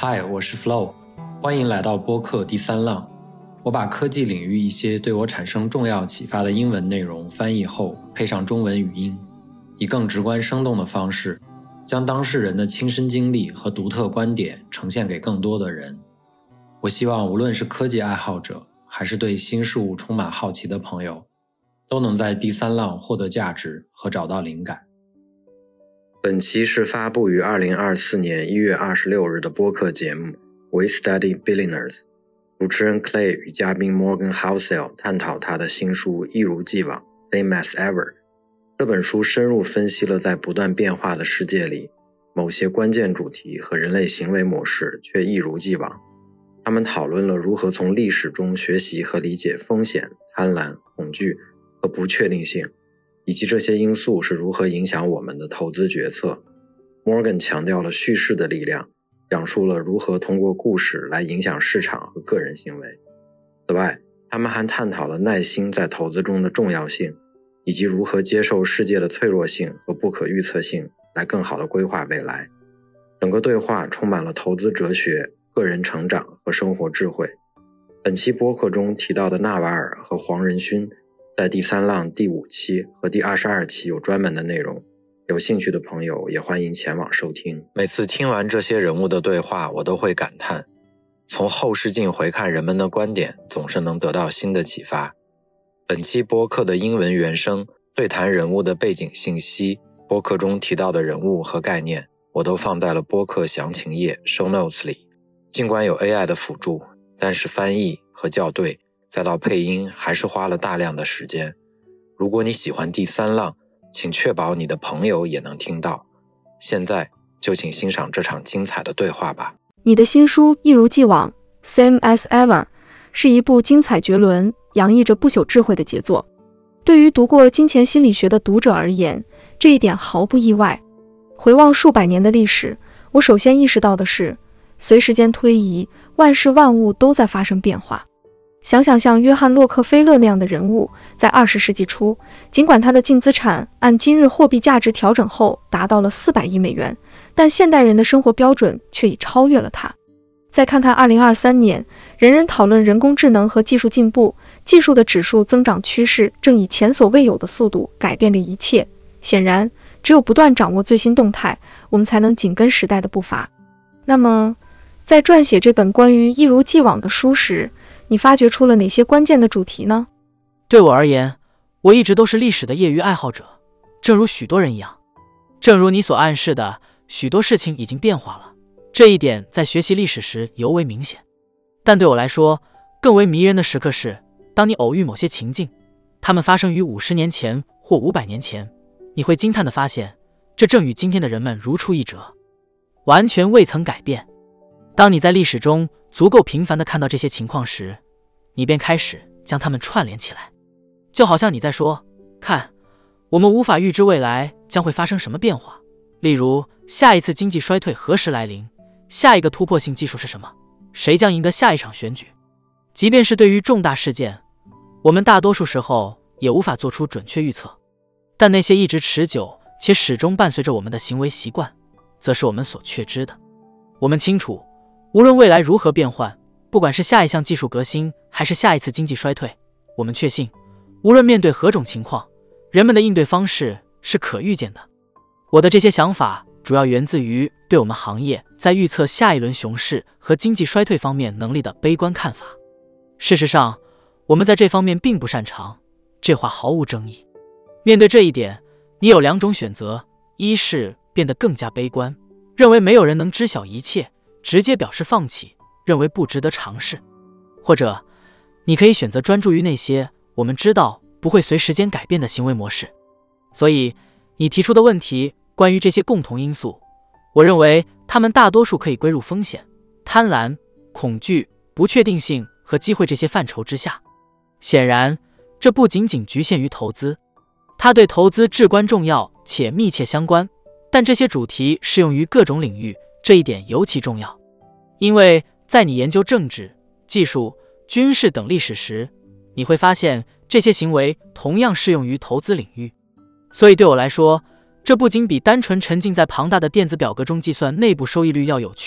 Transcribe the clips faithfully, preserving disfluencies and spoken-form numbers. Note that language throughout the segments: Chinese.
嗨，我是 Flo， 欢迎来到播客第三浪。我把科技领域一些对我产生重要启发的英文内容翻译后，配上中文语音，以更直观生动的方式，将当事人的亲身经历和独特观点呈现给更多的人。我希望无论是科技爱好者，还是对新事物充满好奇的朋友，都能在第三浪获得价值和找到灵感。本期是发布于二零二四年一月二十六日的播客节目 We Study Billionaires， 主持人 Clay 与嘉宾 Morgan Housel 探讨他的新书一如既往 Same as Ever。 这本书深入分析了在不断变化的世界里，某些关键主题和人类行为模式却一如既往。他们讨论了如何从历史中学习和理解风险、贪婪、恐惧和不确定性，以及这些因素是如何影响我们的投资决策。 Morgan 强调了叙事的力量，讲述了如何通过故事来影响市场和个人行为。此外，他们还探讨了耐心在投资中的重要性，以及如何接受世界的脆弱性和不可预测性，来更好地规划未来。整个对话充满了投资哲学、个人成长和生活智慧。本期播客中提到的纳瓦尔和黄仁勋，在第三浪第五期和第二十二期有专门的内容，有兴趣的朋友也欢迎前往收听。每次听完这些人物的对话，我都会感叹，从后视镜回看人们的观点，总是能得到新的启发。本期播客的英文原声对谈人物的背景信息，播客中提到的人物和概念，我都放在了播客详情页 show notes 里。尽管有 A I 的辅助，但是翻译和校对再到配音还是花了大量的时间。如果你喜欢第三浪，请确保你的朋友也能听到。现在就请欣赏这场精彩的对话吧。 你的新书一如既往 Same as Ever 是一部精彩绝伦、洋溢着不朽智慧的杰作。对于读过《金钱心理学》的读者而言，这一点毫不意外。回望数百年的历史，我首先意识到的是，随时间推移，万事万物都在发生变化。想想像约翰·洛克菲勒那样的人物，在二十世纪初，尽管他的净资产按今日货币价值调整后达到了四百亿美元，但现代人的生活标准却已超越了他。再看看二零二三年，人人讨论人工智能和技术进步，技术的指数增长趋势正以前所未有的速度改变着一切。显然，只有不断掌握最新动态，我们才能紧跟时代的步伐。那么，在撰写这本关于一如既往的书时，你发掘出了哪些关键的主题呢？ 对我而言，我一直都是历史的业余爱好者，正如许多人一样。正如你所暗示的，许多事情已经变化了，这一点在学习历史时尤为明显。但对我来说，更为迷人的时刻是，当你偶遇某些情境，它们发生于五十年前或五百年前，你会惊叹地发现，这正与今天的人们如出一辙，完全未曾改变。当你在历史中足够频繁地看到这些情况时，你便开始将它们串联起来，就好像你在说，看，我们无法预知未来将会发生什么变化，例如下一次经济衰退何时来临，下一个突破性技术是什么，谁将赢得下一场选举。即便是对于重大事件，我们大多数时候也无法做出准确预测，但那些一直持久且始终伴随着我们的行为习惯，则是我们所确知的。我们清楚，无论未来如何变换，不管是下一项技术革新还是下一次经济衰退，我们确信，无论面对何种情况，人们的应对方式是可预见的。我的这些想法主要源自于对我们行业在预测下一轮熊市和经济衰退方面能力的悲观看法。事实上，我们在这方面并不擅长，这话毫无争议。面对这一点，你有两种选择：一是变得更加悲观，认为没有人能知晓一切，直接表示放弃，认为不值得尝试；或者你可以选择专注于那些我们知道不会随时间改变的行为模式。所以你提出的问题关于这些共同因素，我认为它们大多数可以归入风险、贪婪、恐惧、不确定性和机会这些范畴之下。显然，这不仅仅局限于投资，它对投资至关重要且密切相关，但这些主题适用于各种领域，这一点尤其重要。因为在你研究政治、技术、军事等历史时，你会发现这些行为同样适用于投资领域。所以对我来说，这不仅比单纯沉浸在庞大的电子表格中计算内部收益率要有趣，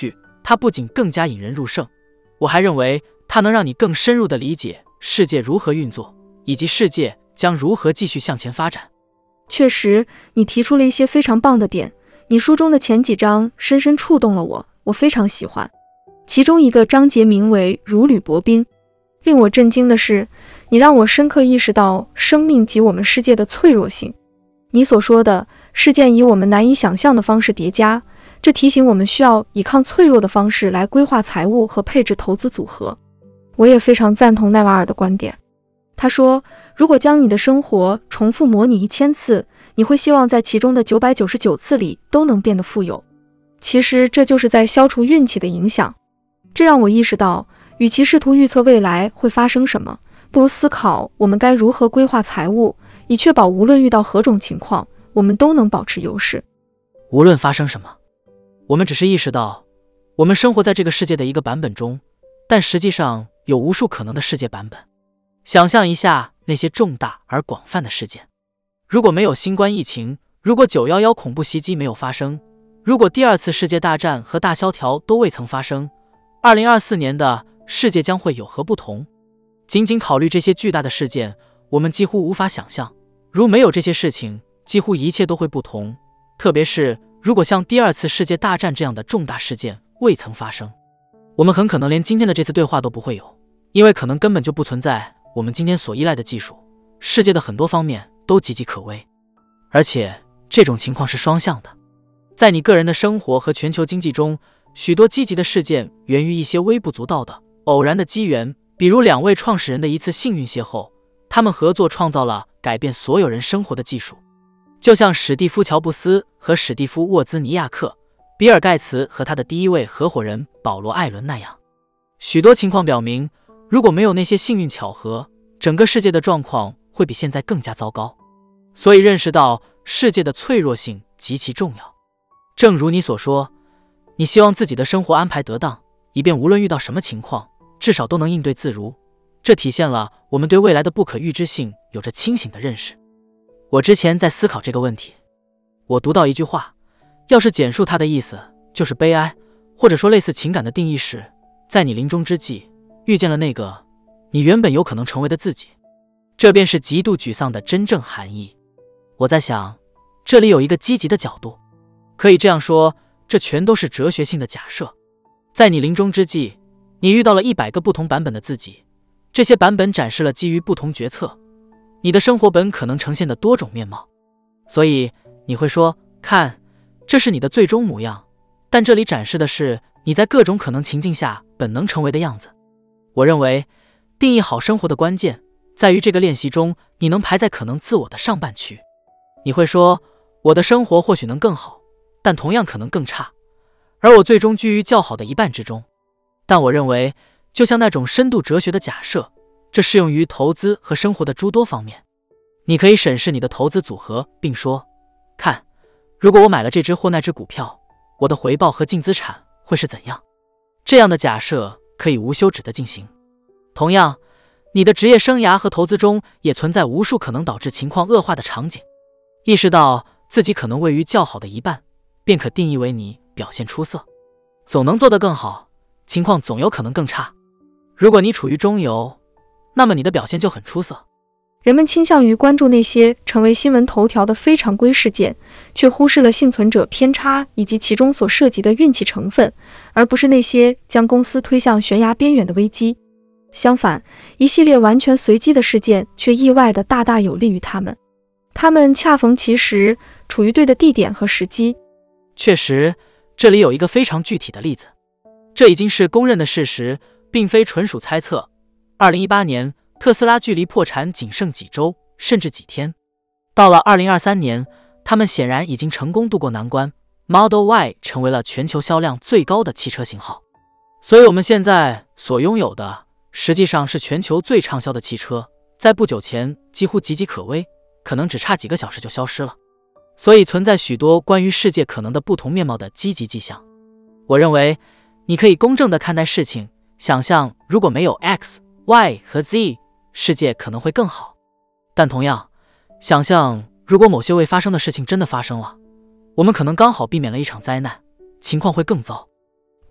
它不仅更加引人入胜，我还认为它能让你更深入地理解世界如何运作，以及世界将如何继续向前发展。 确实，你提出了一些非常棒的点，你书中的前几章深深触动了我，我非常喜欢。其中一个章节名为如履薄冰。令我震惊的是，你让我深刻意识到生命及我们世界的脆弱性。你所说的事件以我们难以想象的方式叠加，这提醒我们需要以抗脆弱的方式来规划财务和配置投资组合。我也非常赞同奈瓦尔的观点。他说，如果将你的生活重复模拟一千次，你会希望在其中的九百九十九次里都能变得富有。其实这就是在消除运气的影响。这让我意识到，与其试图预测未来会发生什么，不如思考我们该如何规划财务，以确保无论遇到何种情况，我们都能保持优势。 无论发生什么，我们只是意识到，我们生活在这个世界的一个版本中，但实际上有无数可能的世界版本。想象一下那些重大而广泛的事件。如果没有新冠疫情，如果九一一恐怖袭击没有发生，如果第二次世界大战和大萧条都未曾发生，二零二四年的世界将会有何不同？仅仅考虑这些巨大的事件，我们几乎无法想象，如没有这些事情，几乎一切都会不同。特别是如果像第二次世界大战这样的重大事件未曾发生，我们很可能连今天的这次对话都不会有，因为可能根本就不存在我们今天所依赖的技术。世界的很多方面都岌岌可危，而且这种情况是双向的。在你个人的生活和全球经济中，许多积极的事件源于一些微不足道的偶然的机缘，比如两位创始人的一次幸运邂逅，他们合作创造了改变所有人生活的技术。就像史蒂夫·乔布斯和史蒂夫·沃兹尼亚克，比尔·盖茨和他的第一位合伙人保罗·艾伦那样。许多情况表明，如果没有那些幸运巧合，整个世界的状况会比现在更加糟糕。所以认识到世界的脆弱性极其重要。正如你所说，你希望自己的生活安排得当，以便无论遇到什么情况，至少都能应对自如。这体现了我们对未来的不可预知性有着清醒的认识。我之前在思考这个问题，我读到一句话，要是简述它的意思，就是悲哀，或者说类似情感的定义是，在你临终之际，遇见了那个你原本有可能成为的自己，这便是极度沮丧的真正含义。我在想，这里有一个积极的角度，可以这样说，这全都是哲学性的假设。在你临终之际，你遇到了一百个不同版本的自己，这些版本展示了基于不同决策，你的生活本可能呈现的多种面貌。所以你会说，看，这是你的最终模样，但这里展示的是你在各种可能情境下本能成为的样子。我认为，定义好生活的关键，在于这个练习中，你能排在可能自我的上半区。你会说，我的生活或许能更好，但同样可能更差，而我最终居于较好的一半之中。但我认为，就像那种深度哲学的假设，这适用于投资和生活的诸多方面。你可以审视你的投资组合，并说，看，如果我买了这只或那只股票，我的回报和净资产会是怎样？这样的假设可以无休止地进行。同样，你的职业生涯和投资中也存在无数可能导致情况恶化的场景。意识到自己可能位于较好的一半，便可定义为你表现出色，总能做得更好，情况总有可能更差。如果你处于中游，那么你的表现就很出色。 人们倾向于关注那些成为新闻头条的非常规事件，却忽视了幸存者偏差以及其中所涉及的运气成分，而不是那些将公司推向悬崖边缘的危机。相反，一系列完全随机的事件却意外地大大有利于他们。他们恰逢其时，处于对的地点和时机。 确实，这里有一个非常具体的例子，这已经是公认的事实，并非纯属猜测。二零一八年，特斯拉距离破产仅剩几周，甚至几天。到了二零二三年，他们显然已经成功渡过难关 ，Model Y 成为了全球销量最高的汽车型号。所以我们现在所拥有的，实际上是全球最畅销的汽车，在不久前几乎岌岌可危，可能只差几个小时就消失了。所以存在许多关于世界可能的不同面貌的积极迹象。我认为，你可以公正地看待事情，想象如果没有 X、Y 和 Z， 世界可能会更好。但同样，想象如果某些未发生的事情真的发生了，我们可能刚好避免了一场灾难，情况会更糟。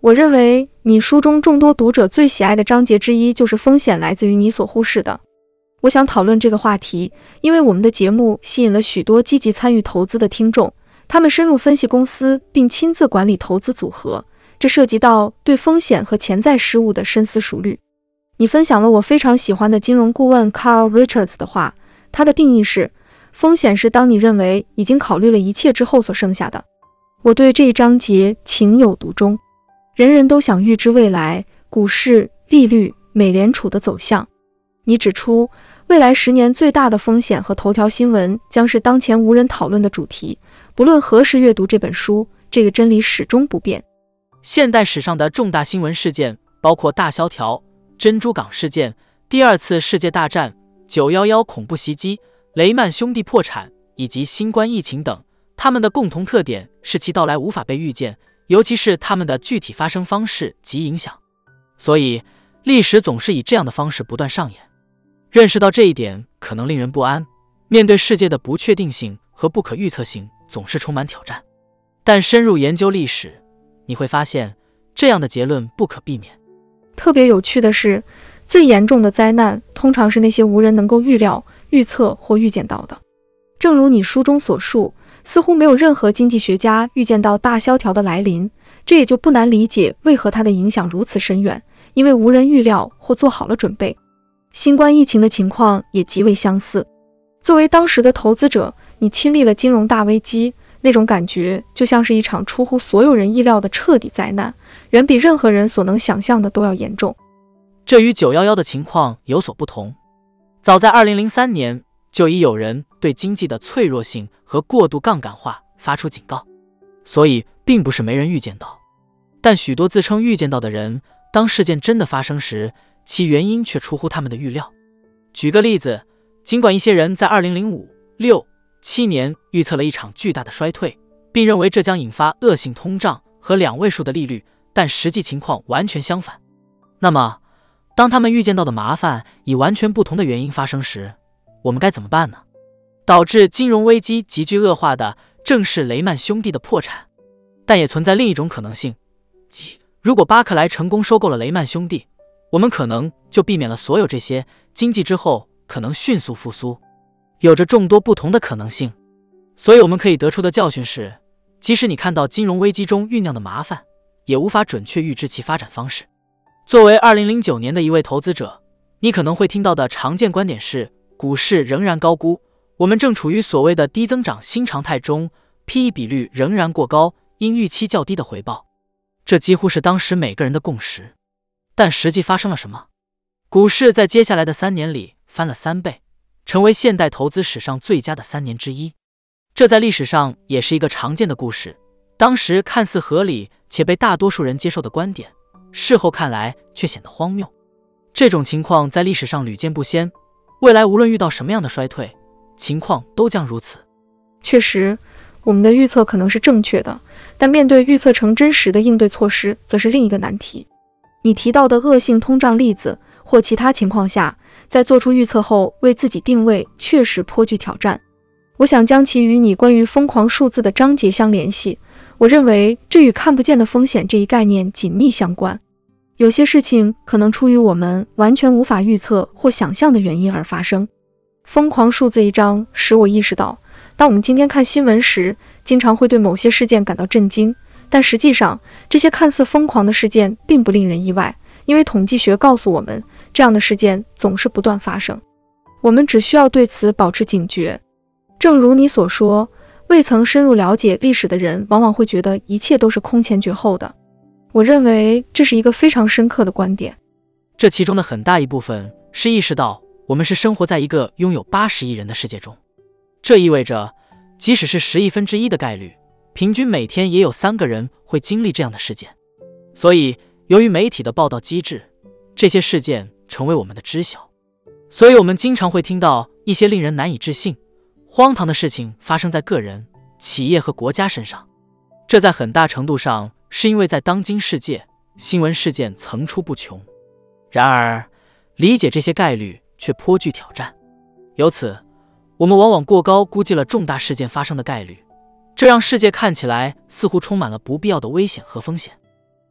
我认为你书中众多读者最喜爱的章节之一就是风险来自于你所忽视的。我想讨论这个话题，因为我们的节目吸引了许多积极参与投资的听众，他们深入分析公司并亲自管理投资组合，这涉及到对风险和潜在失误的深思熟虑。你分享了我非常喜欢的金融顾问 Carl Richards 的话，他的定义是：风险是当你认为已经考虑了一切之后所剩下的。我对这一章节情有独钟。人人都想预知未来，股市、利率、美联储的走向。你指出，未来十年最大的风险和头条新闻将是当前无人讨论的主题。不论何时阅读这本书，这个真理始终不变。 现代史上的重大新闻事件包括大萧条、珍珠港事件、第二次世界大战、九一一恐怖袭击、雷曼兄弟破产以及新冠疫情等。它们的共同特点是其到来无法被预见，尤其是它们的具体发生方式及影响。所以，历史总是以这样的方式不断上演。认识到这一点可能令人不安，面对世界的不确定性和不可预测性总是充满挑战。但深入研究历史，你会发现这样的结论不可避免。 特别有趣的是，最严重的灾难通常是那些无人能够预料、预测或预见到的。正如你书中所述，似乎没有任何经济学家预见到大萧条的来临，这也就不难理解为何它的影响如此深远，因为无人预料或做好了准备。新冠疫情的情况也极为相似。作为当时的投资者，你亲历了金融大危机，那种感觉就像是一场出乎所有人意料的彻底灾难，远比任何人所能想象的都要严重。 这与九一一的情况有所不同。早在二零零三年，就已有人对经济的脆弱性和过度杠杆化发出警告，所以并不是没人预见到。但许多自称预见到的人，当事件真的发生时，其原因却出乎他们的预料。举个例子，尽管一些人在二零零五、六、七年预测了一场巨大的衰退，并认为这将引发恶性通胀和两位数的利率，但实际情况完全相反。那么，当他们预见到的麻烦以完全不同的原因发生时，我们该怎么办呢？导致金融危机急剧恶化的正是雷曼兄弟的破产，但也存在另一种可能性，即如果巴克莱成功收购了雷曼兄弟，我们可能就避免了所有这些，经济之后可能迅速复苏。有着众多不同的可能性，所以我们可以得出的教训是，即使你看到金融危机中酝酿的麻烦，也无法准确预知其发展方式。作为二零零九年的一位投资者，你可能会听到的常见观点是，股市仍然高估，我们正处于所谓的低增长新常态中， P E 比率仍然过高，因预期较低的回报。这几乎是当时每个人的共识。但实际发生了什么？股市在接下来的三年里翻了三倍，成为现代投资史上最佳的三年之一。这在历史上也是一个常见的故事，当时看似合理且被大多数人接受的观点，事后看来却显得荒谬。这种情况在历史上屡见不鲜，未来无论遇到什么样的衰退，情况都将如此。 确实，我们的预测可能是正确的，但面对预测成真实的应对措施，则是另一个难题。你提到的恶性通胀例子或其他情况下，在做出预测后为自己定位，确实颇具挑战。我想将其与你关于疯狂数字的章节相联系。我认为这与看不见的风险这一概念紧密相关。有些事情可能出于我们完全无法预测或想象的原因而发生。疯狂数字一章使我意识到，当我们今天看新闻时，经常会对某些事件感到震惊，但实际上这些看似疯狂的事件并不令人意外，因为统计学告诉我们，这样的事件总是不断发生。我们只需要对此保持警觉。正如你所说，未曾深入了解历史的人往往会觉得一切都是空前绝后的。我认为这是一个非常深刻的观点。 这其中的很大一部分是意识到我们是生活在一个拥有八十亿人的世界中，这意味着即使是十亿分之一的概率，平均每天也有三个人会经历这样的事件。所以由于媒体的报道机制，这些事件成为我们的知晓，所以我们经常会听到一些令人难以置信、荒唐的事情发生在个人、企业和国家身上。这在很大程度上是因为在当今世界，新闻事件层出不穷。然而，理解这些概率却颇具挑战。由此，我们往往过高估计了重大事件发生的概率，这让世界看起来似乎充满了不必要的危险和风险。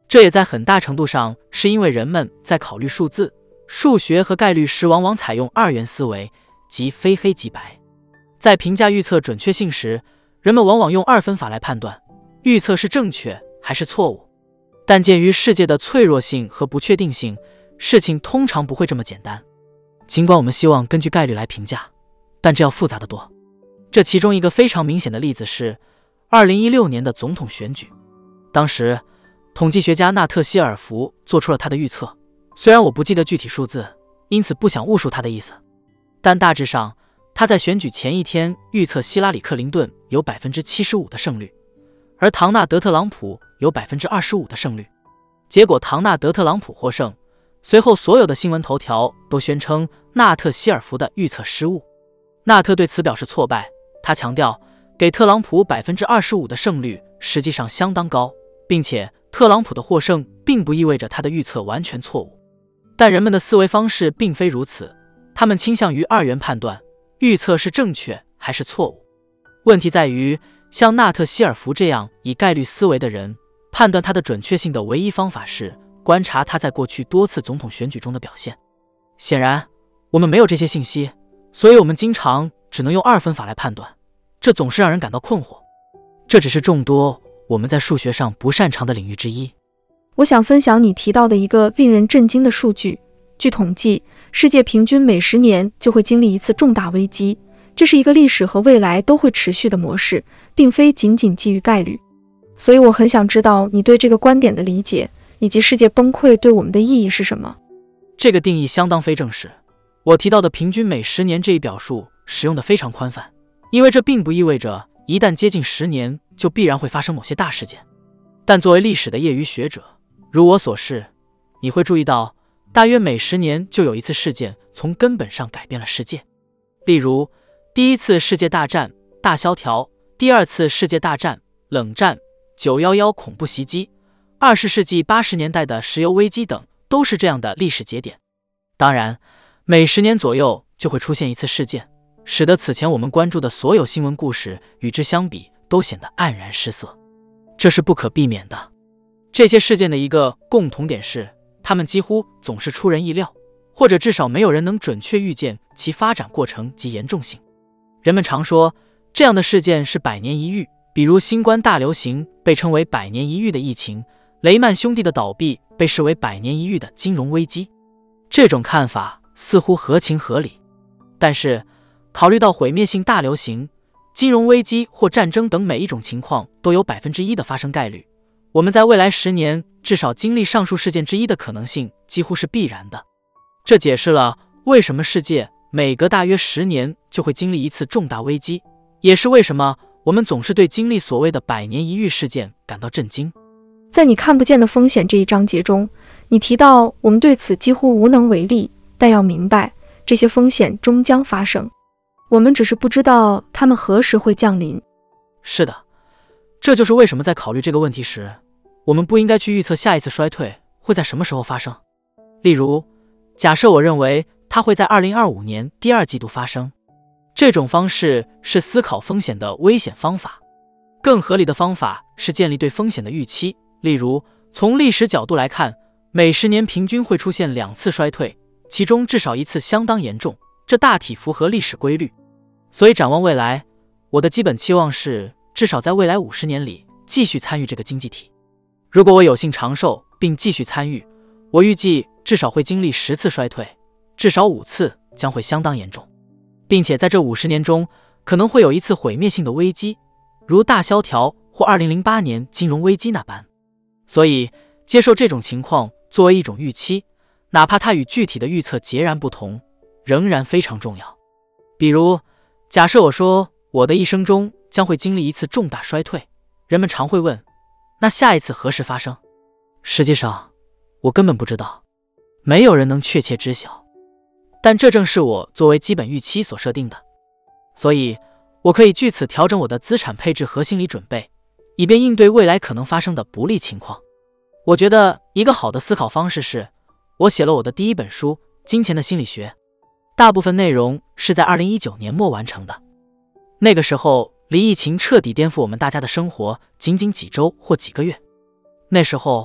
这也在很大程度上是因为人们在考虑数字、数学和概率时往往采用二元思维，即非黑即白。在评价预测准确性时，人们往往用二分法来判断预测是正确还是错误。但鉴于世界的脆弱性和不确定性，事情通常不会这么简单。尽管我们希望根据概率来评价，但这要复杂得多。这其中一个非常明显的例子是二零一六年的总统选举。当时统计学家纳特希尔福做出了他的预测，虽然我不记得具体数字，因此不想误述他的意思，但大致上他在选举前一天预测希拉里·克林顿有 百分之七十五 的胜率，而唐纳德·特朗普有 百分之二十五 的胜率。结果唐纳德·特朗普获胜，随后所有的新闻头条都宣称纳特希尔福的预测失误。纳特对此表示挫败，他强调给特朗普 百分之二十五 的胜率实际上相当高，并且特朗普的获胜并不意味着他的预测完全错误。但人们的思维方式并非如此，他们倾向于二元判断预测是正确还是错误。问题在于，像纳特希尔福这样以概率思维的人，判断他的准确性的唯一方法是观察他在过去多次总统选举中的表现。显然，我们没有这些信息，所以我们经常只能用二分法来判断，这总是让人感到困惑。这只是众多我们在数学上不擅长的领域之一。 我想分享你提到的一个令人震惊的数据。据统计，世界平均每十年就会经历一次重大危机，这是一个历史和未来都会持续的模式，并非仅仅基于概率。所以我很想知道你对这个观点的理解，以及世界崩溃对我们的意义是什么。 这个定义相当非正式，我提到的平均每十年这一表述使用的非常宽泛，因为这并不意味着一旦接近十年就必然会发生某些大事件。但作为历史的业余学者，如我所示，你会注意到大约每十年就有一次事件从根本上改变了世界。例如第一次世界大战大萧条，第二次世界大战冷战，九一一恐怖袭击，二十世纪八十年代的石油危机等，都是这样的历史节点。当然，每十年左右就会出现一次事件，使得此前我们关注的所有新闻故事与之相比都显得黯然失色。这是不可避免的。这些事件的一个共同点是，它们几乎总是出人意料，或者至少没有人能准确预见其发展过程及严重性。人们常说，这样的事件是百年一遇，比如新冠大流行被称为百年一遇的疫情，雷曼兄弟的倒闭被视为百年一遇的金融危机。这种看法似乎合情合理，但是考虑到毁灭性大流行、金融危机或战争等每一种情况都有 百分之一 的发生概率，我们在未来十年至少经历上述事件之一的可能性几乎是必然的。这解释了为什么世界每隔大约十年就会经历一次重大危机，也是为什么我们总是对经历所谓的百年一遇事件感到震惊。 在你看不见的风险这一章节中，你提到我们对此几乎无能为力，但要明白，这些风险终将发生，我们只是不知道它们何时会降临。 是的，这就是为什么在考虑这个问题时，我们不应该去预测下一次衰退会在什么时候发生。例如，假设我认为它会在二零二五年第二季度发生，这种方式是思考风险的危险方法。更合理的方法是建立对风险的预期，例如从历史角度来看，每十年平均会出现两次衰退，其中至少一次相当严重，这大体符合历史规律。所以展望未来，我的基本期望是至少在未来五十年里继续参与这个经济体。如果我有幸长寿并继续参与，我预计至少会经历十次衰退，至少五次将会相当严重，并且在这五十年中可能会有一次毁灭性的危机，如大萧条或二零零八年金融危机那般。所以接受这种情况作为一种预期，哪怕它与具体的预测截然不同，仍然非常重要。比如假设我说我的一生中将会经历一次重大衰退，人们常会问，那下一次何时发生？实际上我根本不知道，没有人能确切知晓，但这正是我作为基本预期所设定的。所以我可以据此调整我的资产配置和心理准备，以便应对未来可能发生的不利情况。我觉得一个好的思考方式是，我写了我的第一本书《金钱的心理学》，大部分内容是在二零一九年末完成的。那个时候离疫情彻底颠覆我们大家的生活仅仅几周或几个月。那时候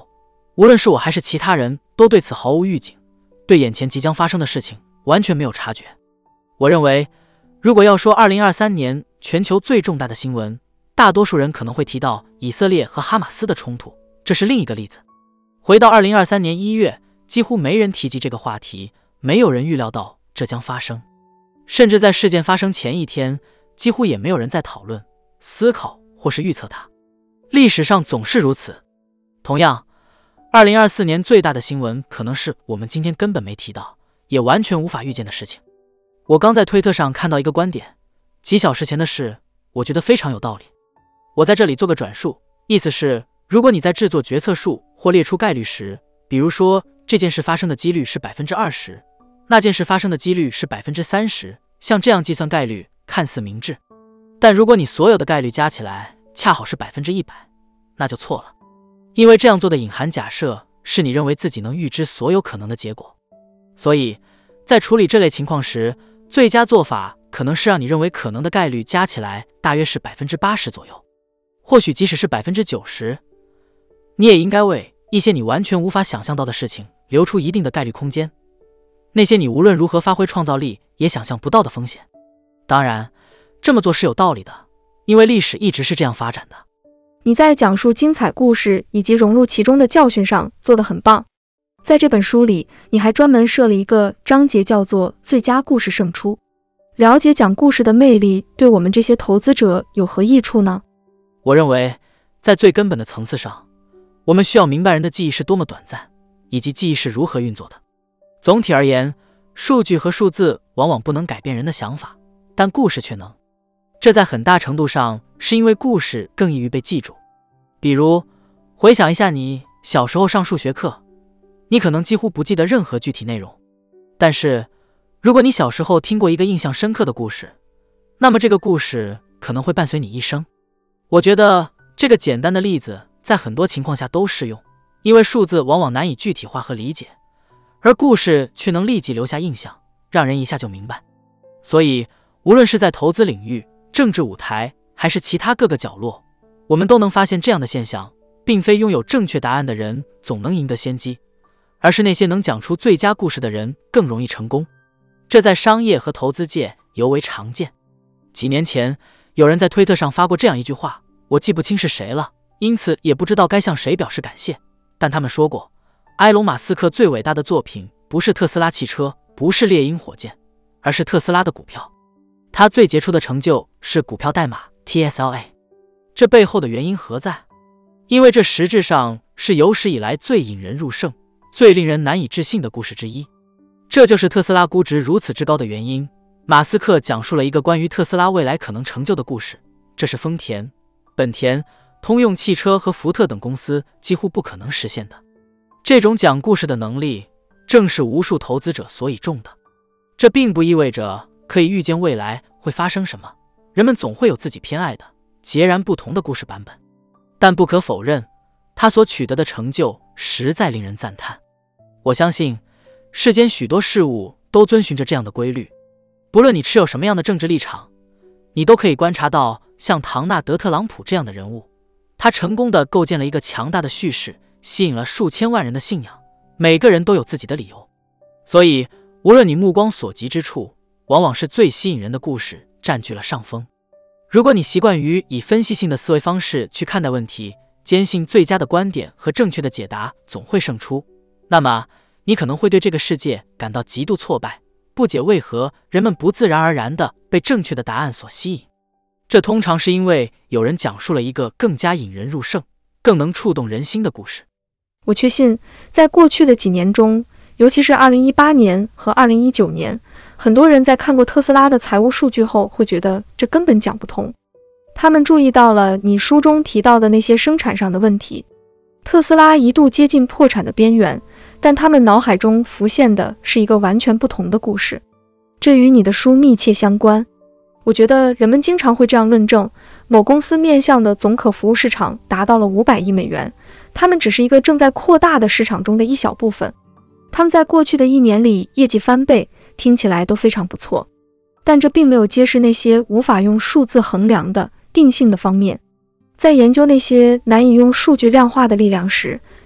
无论是我还是其他人都对此毫无预警，对眼前即将发生的事情完全没有察觉。我认为，如果要说二零二三年全球最重大的新闻，大多数人可能会提到以色列和哈马斯的冲突，这是另一个例子。回到二零二三年一月，几乎没人提及这个话题，没有人预料到这将发生，甚至在事件发生前一天，几乎也没有人在讨论、思考或是预测它。历史上总是如此。同样，二零二四年最大的新闻可能是我们今天根本没提到，也完全无法预见的事情。我刚在推特上看到一个观点，几小时前的事，我觉得非常有道理。我在这里做个转述，意思是，如果你在制作决策树或列出概率时，比如说这件事发生的几率是 百分之二十， 那件事发生的几率是 百分之三十， 像这样计算概率看似明智，但如果你所有的概率加起来恰好是 百分之一百， 那就错了。因为这样做的隐含假设是你认为自己能预知所有可能的结果，所以在处理这类情况时，最佳做法可能是让你认为可能的概率加起来大约是 百分之八十 左右，或许即使是 百分之九十， 你也应该为一些你完全无法想象到的事情留出一定的概率空间，那些你无论如何发挥创造力也想象不到的风险。当然，这么做是有道理的，因为历史一直是这样发展的。 你在讲述精彩故事以及融入其中的教训上做得很棒。在这本书里，你还专门设了一个章节叫做最佳故事胜出。了解讲故事的魅力对我们这些投资者有何益处呢？ 我认为，在最根本的层次上，我们需要明白人的记忆是多么短暂，以及记忆是如何运作的。总体而言，数据和数字往往不能改变人的想法，但故事却能。这在很大程度上是因为故事更易于被记住。比如，回想一下你小时候上数学课，你可能几乎不记得任何具体内容，但是如果你小时候听过一个印象深刻的故事，那么这个故事可能会伴随你一生。我觉得这个简单的例子在很多情况下都适用，因为数字往往难以具体化和理解，而故事却能立即留下印象，让人一下就明白。所以，无论是在投资领域、政治舞台，还是其他各个角落，我们都能发现这样的现象，并非拥有正确答案的人总能赢得先机，而是那些能讲出最佳故事的人更容易成功。这在商业和投资界尤为常见。几年前，有人在推特上发过这样一句话，我记不清是谁了，因此也不知道该向谁表示感谢，但他们说过，埃隆·马斯克最伟大的作品不是特斯拉汽车，不是猎鹰火箭，而是特斯拉的股票。他最杰出的成就是股票代码 T S L A。 这背后的原因何在？因为这实质上是有史以来最引人入胜、最令人难以置信的故事之一。这就是特斯拉估值如此之高的原因。马斯克讲述了一个关于特斯拉未来可能成就的故事，这是丰田、本田、通用汽车和福特等公司几乎不可能实现的。这种讲故事的能力正是无数投资者所倚重的。这并不意味着可以预见未来会发生什么，人们总会有自己偏爱的截然不同的故事版本，但不可否认，他所取得的成就实在令人赞叹。我相信世间许多事物都遵循着这样的规律，不论你持有什么样的政治立场，你都可以观察到像唐纳德·特朗普这样的人物，他成功地构建了一个强大的叙事，吸引了数千万人的信仰，每个人都有自己的理由。所以无论你目光所及之处，往往是最吸引人的故事占据了上风。如果你习惯于以分析性的思维方式去看待问题，坚信最佳的观点和正确的解答总会胜出，那么你可能会对这个世界感到极度挫败，不解为何人们不自然而然地被正确的答案所吸引。这通常是因为有人讲述了一个更加引人入胜、更能触动人心的故事。 我确信，在过去的几年中，尤其是二零一八年和二零一九年，很多人在看过特斯拉的财务数据后会觉得这根本讲不通。他们注意到了你书中提到的那些生产上的问题。特斯拉一度接近破产的边缘，但他们脑海中浮现的是一个完全不同的故事。这与你的书密切相关。我觉得人们经常会这样论证，某公司面向的总可服务市场达到了五百亿美元，他们只是一个正在扩大的市场中的一小部分。他们在过去的一年里业绩翻倍，听起来都非常不错，但这并没有揭示那些无法用数字衡量的定性的方面。在研究那些难以用数据量化的力量时，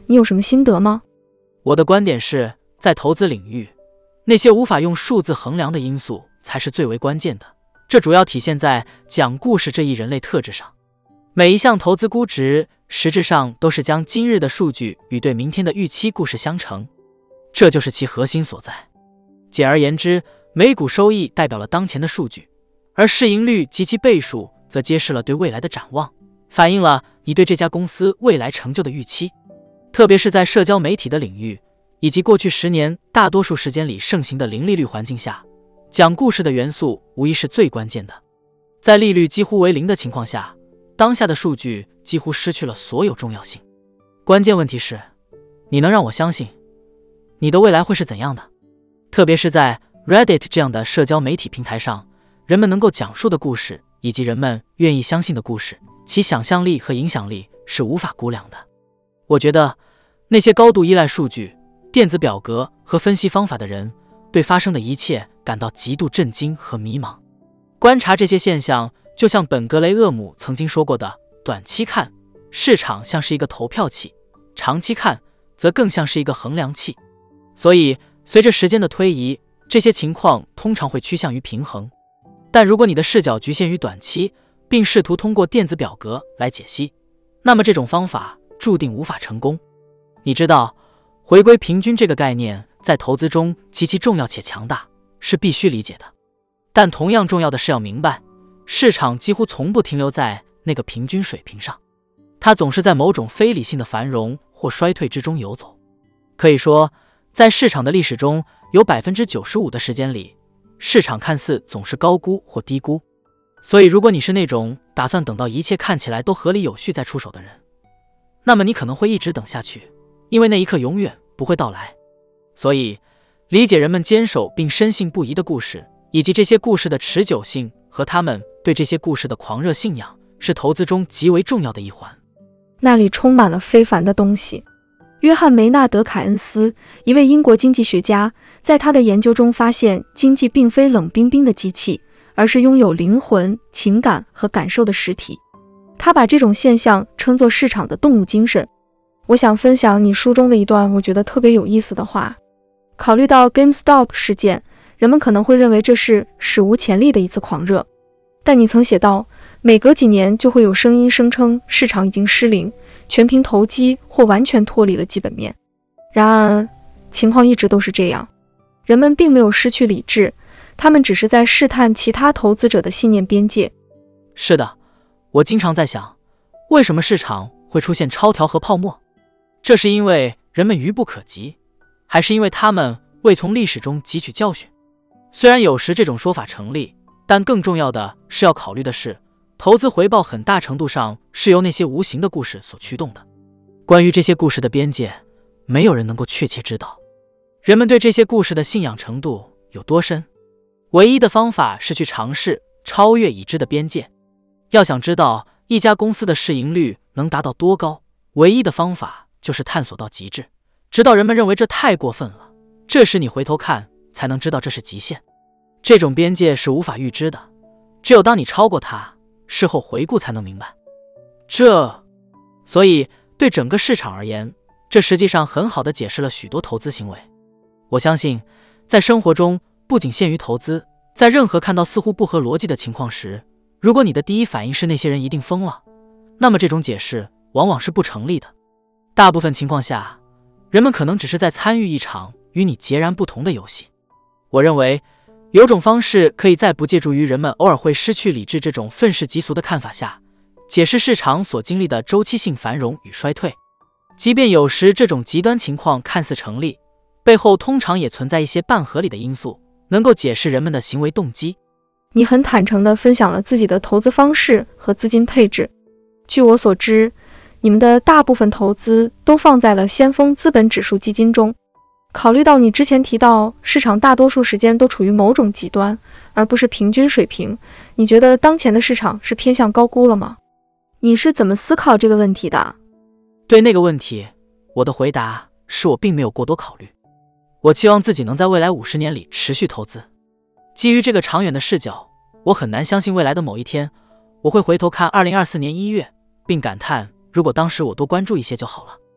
你有什么心得吗？ 我的观点是，在投资领域，那些无法用数字衡量的因素才是最为关键的，这主要体现在讲故事这一人类特质上。每一项投资估值实质上都是将今日的数据与对明天的预期故事相乘，这就是其核心所在。简而言之，每股收益代表了当前的数据，而市盈率及其倍数则揭示了对未来的展望，反映了你对这家公司未来成就的预期。特别是在社交媒体的领域，以及过去十年大多数时间里盛行的零利率环境下，讲故事的元素无疑是最关键的。在利率几乎为零的情况下，当下的数据几乎失去了所有重要性。关键问题是，你能让我相信你的未来会是怎样的？特别是在 Reddit 这样的社交媒体平台上，人们能够讲述的故事以及人们愿意相信的故事，其想象力和影响力是无法估量的。我觉得那些高度依赖数据、电子表格和分析方法的人，对发生的一切感到极度震惊和迷茫。观察这些现象，就像本格雷厄姆曾经说过的，短期看，市场像是一个投票器，长期看，则更像是一个衡量器。所以，随着时间的推移，这些情况通常会趋向于平衡。但如果你的视角局限于短期，并试图通过电子表格来解析，那么这种方法注定无法成功。你知道，回归平均这个概念在投资中极其重要且强大，是必须理解的。但同样重要的是要明白，市场几乎从不停留在那个平均水平上，它总是在某种非理性的繁荣或衰退之中游走。可以说，在市场的历史中，有 百分之九十五 的时间里，市场看似总是高估或低估。所以如果你是那种打算等到一切看起来都合理有序再出手的人，那么你可能会一直等下去，因为那一刻永远不会到来。所以，理解人们坚守并深信不疑的故事，以及这些故事的持久性和他们对这些故事的狂热信仰，是投资中极为重要的一环。 那里充满了非凡的东西。约翰·梅纳德·凯恩斯，一位英国经济学家，在他的研究中发现，经济并非冷冰冰的机器，而是拥有灵魂、情感和感受的实体。他把这种现象称作市场的动物精神。我想分享你书中的一段我觉得特别有意思的话。考虑到 GameStop 事件，人们可能会认为这是史无前例的一次狂热。但你曾写道，每隔几年就会有声音声称市场已经失灵，全凭投机或完全脱离了基本面。然而，情况一直都是这样。人们并没有失去理智，他们只是在试探其他投资者的信念边界。 是的，我经常在想，为什么市场会出现超调和泡沫？这是因为人们愚不可及，还是因为他们未从历史中汲取教训？虽然有时这种说法成立，但更重要的是要考虑的是，投资回报很大程度上是由那些无形的故事所驱动的。关于这些故事的边界，没有人能够确切知道。人们对这些故事的信仰程度有多深？唯一的方法是去尝试超越已知的边界。要想知道一家公司的市盈率能达到多高，唯一的方法就是探索到极致，直到人们认为这太过分了。这时你回头看，才能知道这是极限。这种边界是无法预知的，只有当你超过它，事后回顾才能明白。这，所以对整个市场而言，这实际上很好地解释了许多投资行为。我相信，在生活中，不仅限于投资，在任何看到似乎不合逻辑的情况时，如果你的第一反应是那些人一定疯了，那么这种解释往往是不成立的。大部分情况下，人们可能只是在参与一场与你截然不同的游戏。我认为，有种方式可以在不借助于人们偶尔会失去理智这种愤世嫉俗的看法下，解释市场所经历的周期性繁荣与衰退。即便有时这种极端情况看似成立，背后通常也存在一些半合理的因素，能够解释人们的行为动机。 你很坦诚地分享了自己的投资方式和资金配置。据我所知，你们的大部分投资都放在了先锋资本指数基金中。考虑到你之前提到市场大多数时间都处于某种极端，而不是平均水平，你觉得当前的市场是偏向高估了吗？你是怎么思考这个问题的？ 对那个问题，我的回答是我并没有过多考虑。我期望自己能在未来五十年里持续投资。基于这个长远的视角，我很难相信未来的某一天，我会回头看二零二四年一月，并感叹如果当时我多关注一些就好了。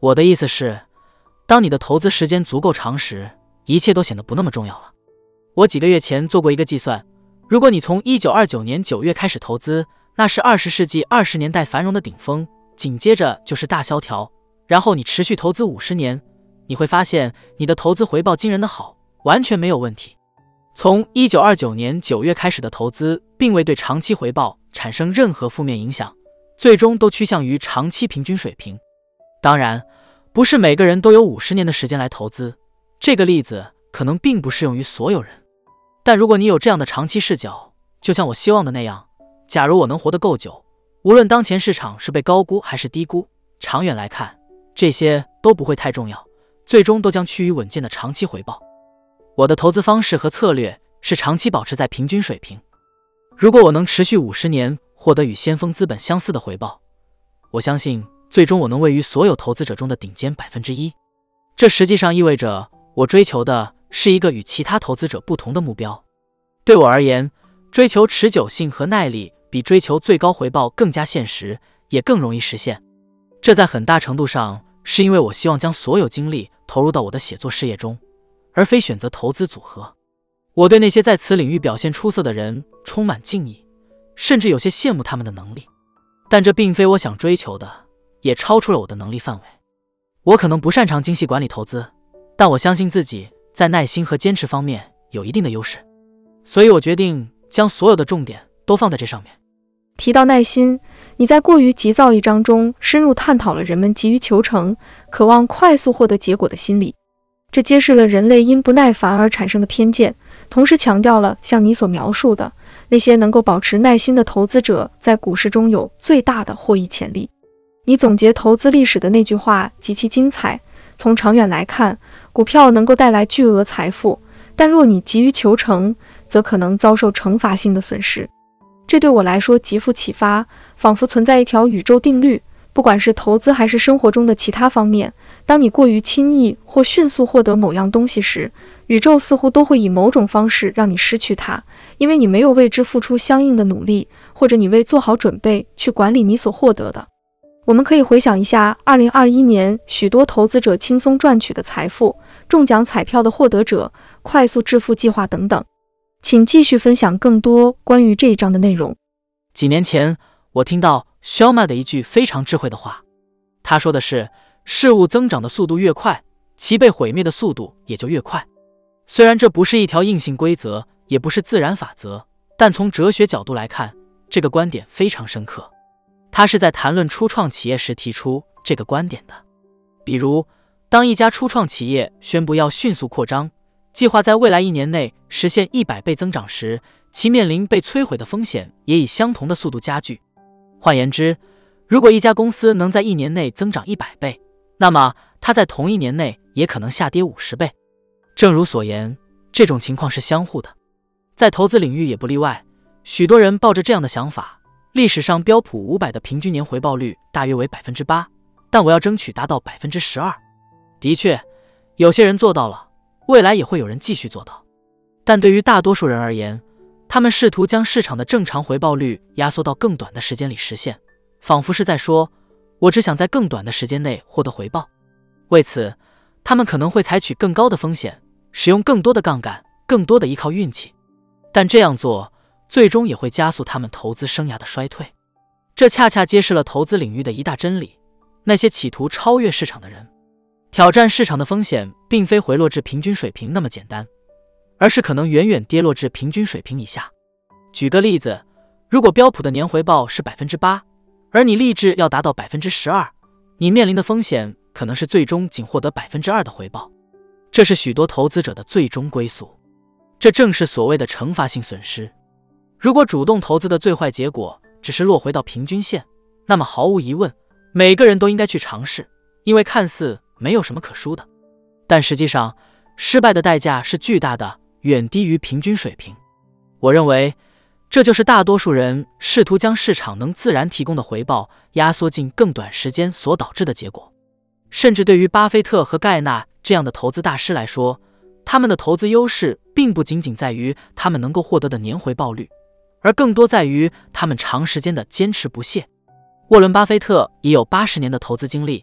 我的意思是，当你的投资时间足够长时，一切都显得不那么重要了。我几个月前做过一个计算，如果你从一九二九年九月开始投资，那是二十世纪二十年代繁荣的顶峰，紧接着就是大萧条，然后你持续投资五十年，你会发现你的投资回报惊人的好，完全没有问题。从一九二九年九月开始的投资并未对长期回报产生任何负面影响，最终都趋向于长期平均水平。当然，不是每个人都有五十年的时间来投资，这个例子可能并不适用于所有人。但如果你有这样的长期视角，就像我希望的那样，假如我能活得够久，无论当前市场是被高估还是低估，长远来看，这些都不会太重要，最终都将趋于稳健的长期回报。我的投资方式和策略是长期保持在平均水平。如果我能持续五十年获得与先锋资本相似的回报，我相信最终我能位于所有投资者中的顶尖百分之一。这实际上意味着我追求的是一个与其他投资者不同的目标。对我而言，追求持久性和耐力比追求最高回报更加现实，也更容易实现。这在很大程度上是因为我希望将所有精力投入到我的写作事业中，而非选择投资组合。我对那些在此领域表现出色的人充满敬意，甚至有些羡慕他们的能力。但这并非我想追求的，也超出了我的能力范围。我可能不擅长精细管理投资，但我相信自己在耐心和坚持方面有一定的优势，所以我决定将所有的重点都放在这上面。 提到耐心，你在过于急躁一章中深入探讨了人们急于求成、渴望快速获得结果的心理。这揭示了人类因不耐烦而产生的偏见，同时强调了像你所描述的，那些能够保持耐心的投资者在股市中有最大的获益潜力。你总结投资历史的那句话极其精彩，从长远来看，股票能够带来巨额财富，但若你急于求成，则可能遭受惩罚性的损失。这对我来说极富启发，仿佛存在一条宇宙定律，不管是投资还是生活中的其他方面，当你过于轻易或迅速获得某样东西时，宇宙似乎都会以某种方式让你失去它，因为你没有为之付出相应的努力，或者你未做好准备去管理你所获得的。我们可以回想一下二零二一年许多投资者轻松赚取的财富，中奖彩票的获得者，快速致富计划等等。请继续分享更多关于这一章的内容。 几年前，我听到 Shoma 的一句非常智慧的话，他说的是，事物增长的速度越快，其被毁灭的速度也就越快。虽然这不是一条硬性规则，也不是自然法则，但从哲学角度来看，这个观点非常深刻。他是在谈论初创企业时提出这个观点的。比如，当一家初创企业宣布要迅速扩张，计划在未来一年内实现一百倍增长时，其面临被摧毁的风险也以相同的速度加剧。换言之，如果一家公司能在一年内增长一百倍，那么它在同一年内也可能下跌五十倍。正如所言，这种情况是相互的，在投资领域也不例外。许多人抱着这样的想法，历史上标普五百的平均年回报率大约为 百分之八， 但我要争取达到 百分之十二。 的确，有些人做到了，未来也会有人继续做到。但对于大多数人而言，他们试图将市场的正常回报率压缩到更短的时间里实现，仿佛是在说，我只想在更短的时间内获得回报。为此，他们可能会采取更高的风险，使用更多的杠杆，更多的依靠运气。但这样做最终也会加速他们投资生涯的衰退。这恰恰揭示了投资领域的一大真理，那些企图超越市场的人，挑战市场的风险并非回落至平均水平那么简单，而是可能远远跌落至平均水平以下。举个例子，如果标普的年回报是 百分之八， 而你立志要达到 百分之十二， 你面临的风险可能是最终仅获得 百分之二 的回报。这是许多投资者的最终归宿，这正是所谓的惩罚性损失。如果主动投资的最坏结果只是落回到平均线，那么毫无疑问，每个人都应该去尝试，因为看似没有什么可输的。但实际上，失败的代价是巨大的，远低于平均水平。我认为，这就是大多数人试图将市场能自然提供的回报压缩进更短时间所导致的结果。甚至对于巴菲特和盖纳这样的投资大师来说，他们的投资优势并不仅仅在于他们能够获得的年回报率，而更多在于他们长时间的坚持不懈。沃伦·巴菲特已有八十年的投资经历，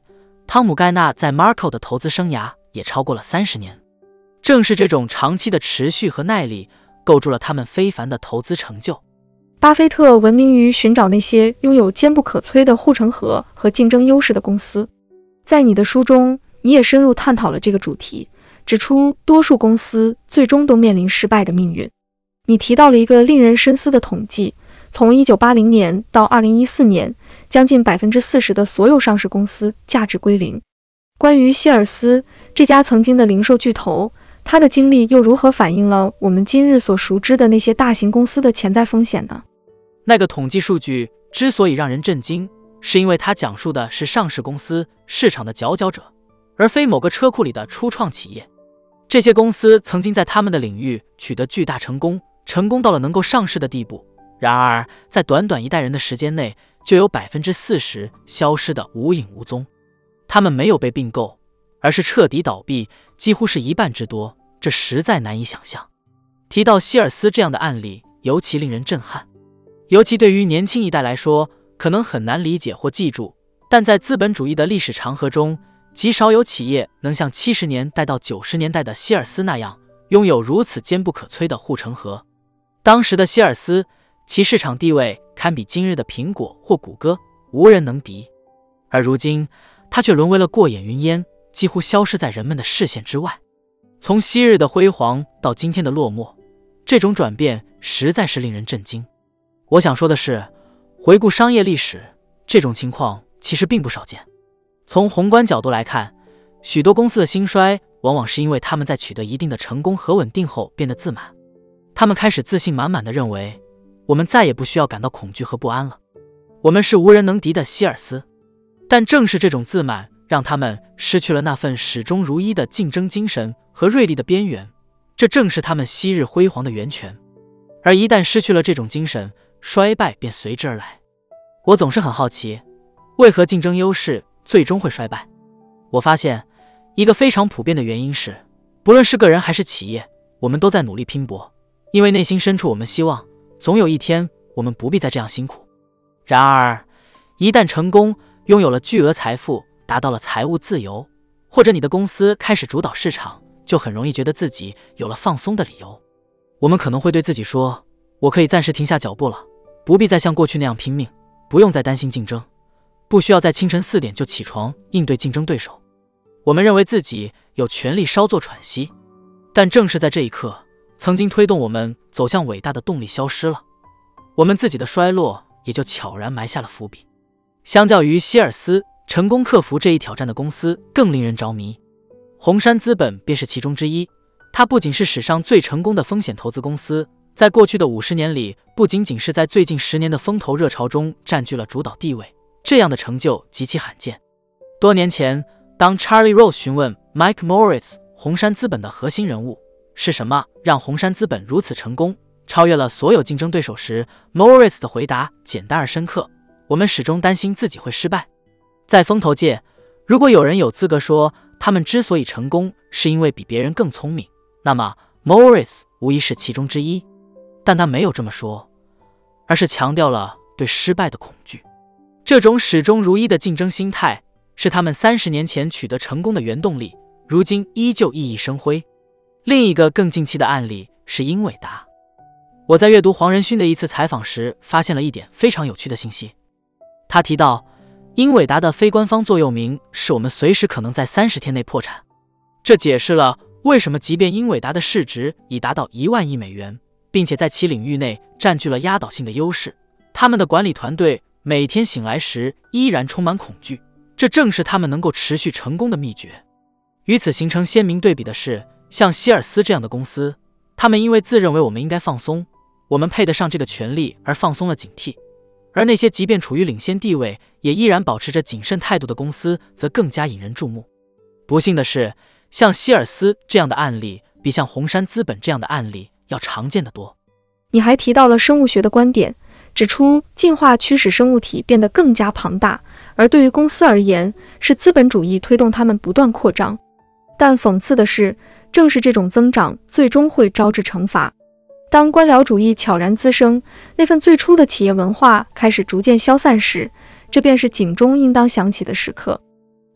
汤姆·盖纳在 Marco 的投资生涯也超过了三十年。正是这种长期的持续和耐力，构筑了他们非凡的投资成就。 巴菲特闻名于寻找那些拥有坚不可摧的护城河和竞争优势的公司。在你的书中，你也深入探讨了这个主题，指出多数公司最终都面临失败的命运。你提到了一个令人深思的统计，从一九八零年到二零一四年，将近 百分之四十 的所有上市公司价值归零。关于希尔斯这家曾经的零售巨头，他的经历又如何反映了我们今日所熟知的那些大型公司的潜在风险呢？ 那个统计数据之所以让人震惊，是因为它讲述的是上市公司市场的佼佼者，而非某个车库里的初创企业。这些公司曾经在他们的领域取得巨大成功，成功到了能够上市的地步。然而，在短短一代人的时间内，就有 百分之四十 消失得无影无踪。他们没有被并购，而是彻底倒闭，几乎是一半之多，这实在难以想象。提到希尔斯这样的案例，尤其令人震撼。尤其对于年轻一代来说，可能很难理解或记住，但在资本主义的历史长河中，极少有企业能像七十年代到九十年代的希尔斯那样，拥有如此坚不可摧的护城河。当时的希尔斯，其市场地位堪比今日的苹果或谷歌，无人能敌。而如今，它却沦为了过眼云烟，几乎消失在人们的视线之外。从昔日的辉煌到今天的落寞，这种转变实在是令人震惊。我想说的是，回顾商业历史，这种情况其实并不少见。从宏观角度来看，许多公司的兴衰往往是因为他们在取得一定的成功和稳定后变得自满。他们开始自信满满地认为，我们再也不需要感到恐惧和不安了，我们是无人能敌的希尔斯。但正是这种自满，让他们失去了那份始终如一的竞争精神和锐利的边缘，这正是他们昔日辉煌的源泉。而一旦失去了这种精神，衰败便随之而来。我总是很好奇，为何竞争优势最终会衰败？我发现，一个非常普遍的原因是，不论是个人还是企业，我们都在努力拼搏，因为内心深处我们希望，总有一天我们不必再这样辛苦。然而，一旦成功，拥有了巨额财富，达到了财务自由，或者你的公司开始主导市场，就很容易觉得自己有了放松的理由。我们可能会对自己说，我可以暂时停下脚步了，不必再像过去那样拼命，不用再担心竞争，不需要在清晨四点就起床应对竞争对手。我们认为自己有权利稍作喘息，但正是在这一刻，曾经推动我们走向伟大的动力消失了，我们自己的衰落也就悄然埋下了伏笔。相较于希尔斯，成功克服这一挑战的公司更令人着迷。红杉资本便是其中之一，它不仅是史上最成功的风险投资公司，在过去的五十年里，不仅仅是在最近十年的风投热潮中占据了主导地位，这样的成就极其罕见。多年前，当 Charlie Rose 询问 Mike Moritz 红杉资本的核心人物是什么让红杉资本如此成功，超越了所有竞争对手时， Moritz 的回答简单而深刻：我们始终担心自己会失败。在风投界，如果有人有资格说他们之所以成功是因为比别人更聪明，那么 Moritz 无疑是其中之一。但他没有这么说，而是强调了对失败的恐惧。这种始终如一的竞争心态是他们三十年前取得成功的原动力，如今依旧熠熠生辉。另一个更近期的案例是英伟达。我在阅读黄仁勋的一次采访时，发现了一点非常有趣的信息。他提到，英伟达的非官方座右铭是我们随时可能在三十天内破产。这解释了为什么即便英伟达的市值已达到一万亿美元，并且在其领域内占据了压倒性的优势，他们的管理团队每天醒来时依然充满恐惧，这正是他们能够持续成功的秘诀。与此形成鲜明对比的是，像希尔斯这样的公司，他们因为自认为我们应该放松，我们配得上这个权利而放松了警惕，而那些即便处于领先地位也依然保持着谨慎态度的公司则更加引人注目。不幸的是，像希尔斯这样的案例比像红杉资本这样的案例要常见得多。 你还提到了生物学的观点，指出进化驱使生物体变得更加庞大，而对于公司而言，是资本主义推动它们不断扩张。但讽刺的是，正是这种增长最终会招致惩罚。当官僚主义悄然滋生，那份最初的企业文化开始逐渐消散时，这便是警钟应当响起的时刻。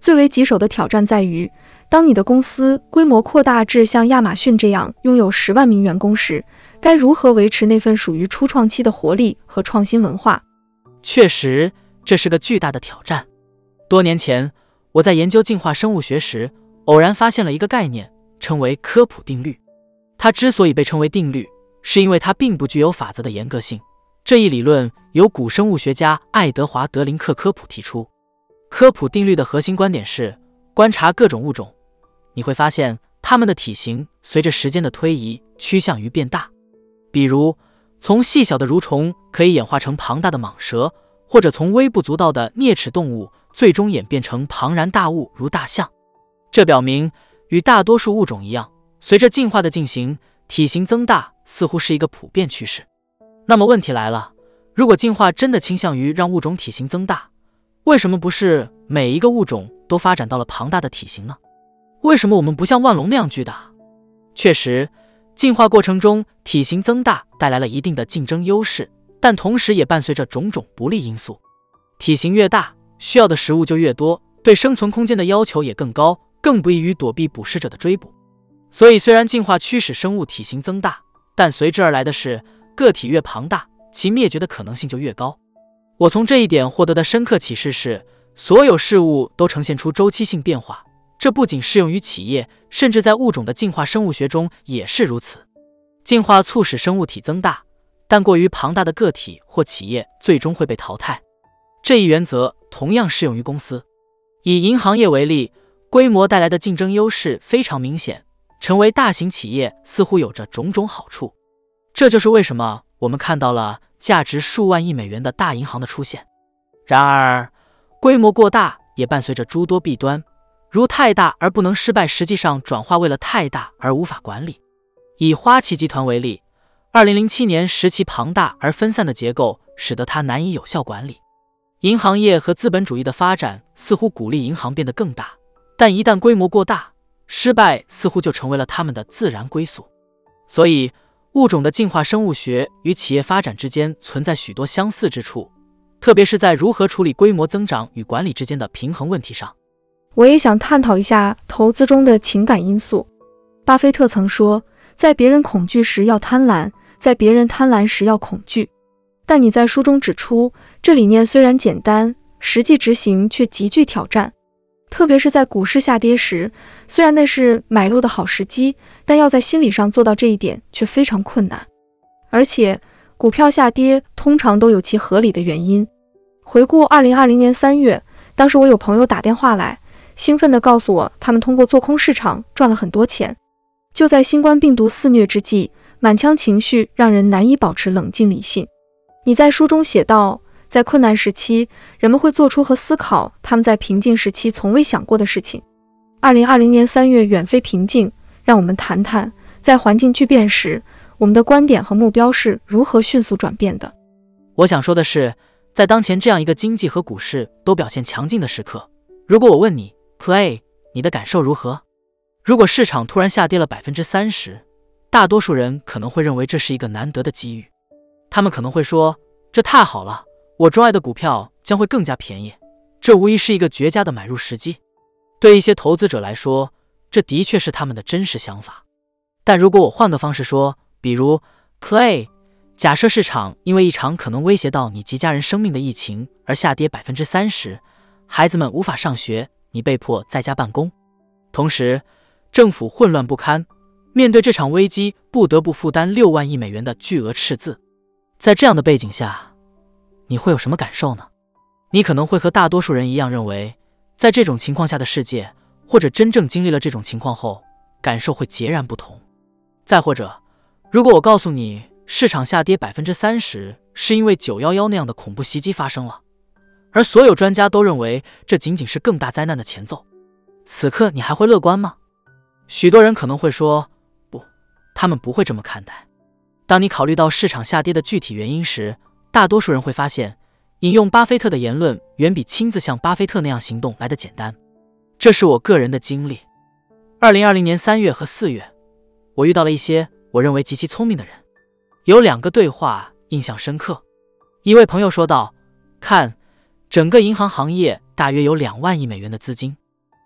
最为棘手的挑战在于，当你的公司规模扩大至像亚马逊这样拥有十万名员工时，该如何维持那份属于初创期的活力和创新文化？ 确实，这是个巨大的挑战。多年前，我在研究进化生物学时，偶然发现了一个概念，称为科普定律。它之所以被称为定律，是因为它并不具有法则的严格性。这一理论由古生物学家爱德华·德林克科普提出。科普定律的核心观点是，观察各种物种，你会发现它们的体型随着时间的推移趋向于变大。比如，从细小的蠕虫可以演化成庞大的蟒蛇，或者从微不足道的啮齿动物最终演变成庞然大物如大象。这表明，与大多数物种一样，随着进化的进行，体型增大似乎是一个普遍趋势。那么问题来了，如果进化真的倾向于让物种体型增大，为什么不是每一个物种都发展到了庞大的体型呢？为什么我们不像万龙那样巨大？确实，进化过程中体型增大带来了一定的竞争优势，但同时也伴随着种种不利因素。体型越大，需要的食物就越多，对生存空间的要求也更高，更不易于躲避捕食者的追捕。所以虽然进化驱使生物体型增大，但随之而来的是，个体越庞大，其灭绝的可能性就越高。我从这一点获得的深刻启示是，所有事物都呈现出周期性变化，这不仅适用于企业，甚至在物种的进化生物学中也是如此。进化促使生物体增大，但过于庞大的个体或企业最终会被淘汰。这一原则同样适用于公司。以银行业为例，规模带来的竞争优势非常明显，成为大型企业似乎有着种种好处。这就是为什么我们看到了价值数万亿美元的大银行的出现。然而，规模过大也伴随着诸多弊端，如太大而不能失败，实际上转化为了太大而无法管理。以花旗集团为例，二零零七年时其庞大而分散的结构使得它难以有效管理。银行业和资本主义的发展似乎鼓励银行变得更大，但一旦规模过大，失败似乎就成为了他们的自然归宿。所以，物种的进化生物学与企业发展之间存在许多相似之处，特别是在如何处理规模增长与管理之间的平衡问题上。 我也想探讨一下投资中的情感因素。巴菲特曾说，在别人恐惧时要贪婪，在别人贪婪时要恐惧。但你在书中指出，这理念虽然简单，实际执行却极具挑战。特别是在股市下跌时，虽然那是买入的好时机，但要在心理上做到这一点却非常困难。而且，股票下跌通常都有其合理的原因。回顾二零二零年三月，当时我有朋友打电话来，兴奋地告诉我，他们通过做空市场赚了很多钱。就在新冠病毒肆虐之际，满腔情绪让人难以保持冷静理性。你在书中写道，在困难时期，人们会做出和思考他们在平静时期从未想过的事情。二零二零年三月远非平静，让我们谈谈，在环境巨变时，我们的观点和目标是如何迅速转变的。 我想说的是，在当前这样一个经济和股市都表现强劲的时刻，如果我问你 Clay， 你的感受如何？如果市场突然下跌了 百分之三十， 大多数人可能会认为这是一个难得的机遇。他们可能会说，这太好了，我钟爱的股票将会更加便宜，这无疑是一个绝佳的买入时机。对一些投资者来说，这的确是他们的真实想法。但如果我换个方式说，比如 Clay， 假设市场因为一场可能威胁到你及家人生命的疫情而下跌 百分之三十， 孩子们无法上学，你被迫在家办公，同时政府混乱不堪，面对这场危机不得不负担六万亿美元的巨额赤字。在这样的背景下，你会有什么感受呢？你可能会和大多数人一样认为，在这种情况下的世界，或者真正经历了这种情况后，感受会截然不同。再或者，如果我告诉你市场下跌 百分之三十 是因为九一一那样的恐怖袭击发生了，而所有专家都认为这仅仅是更大灾难的前奏，此刻你还会乐观吗？许多人可能会说，不，他们不会这么看待。当你考虑到市场下跌的具体原因时，大多数人会发现，引用巴菲特的言论远比亲自像巴菲特那样行动来得简单。这是我个人的经历。二零二零年三月和四月，我遇到了一些我认为极其聪明的人。有两个对话印象深刻。一位朋友说道，看，整个银行行业大约有两万亿美元的资金，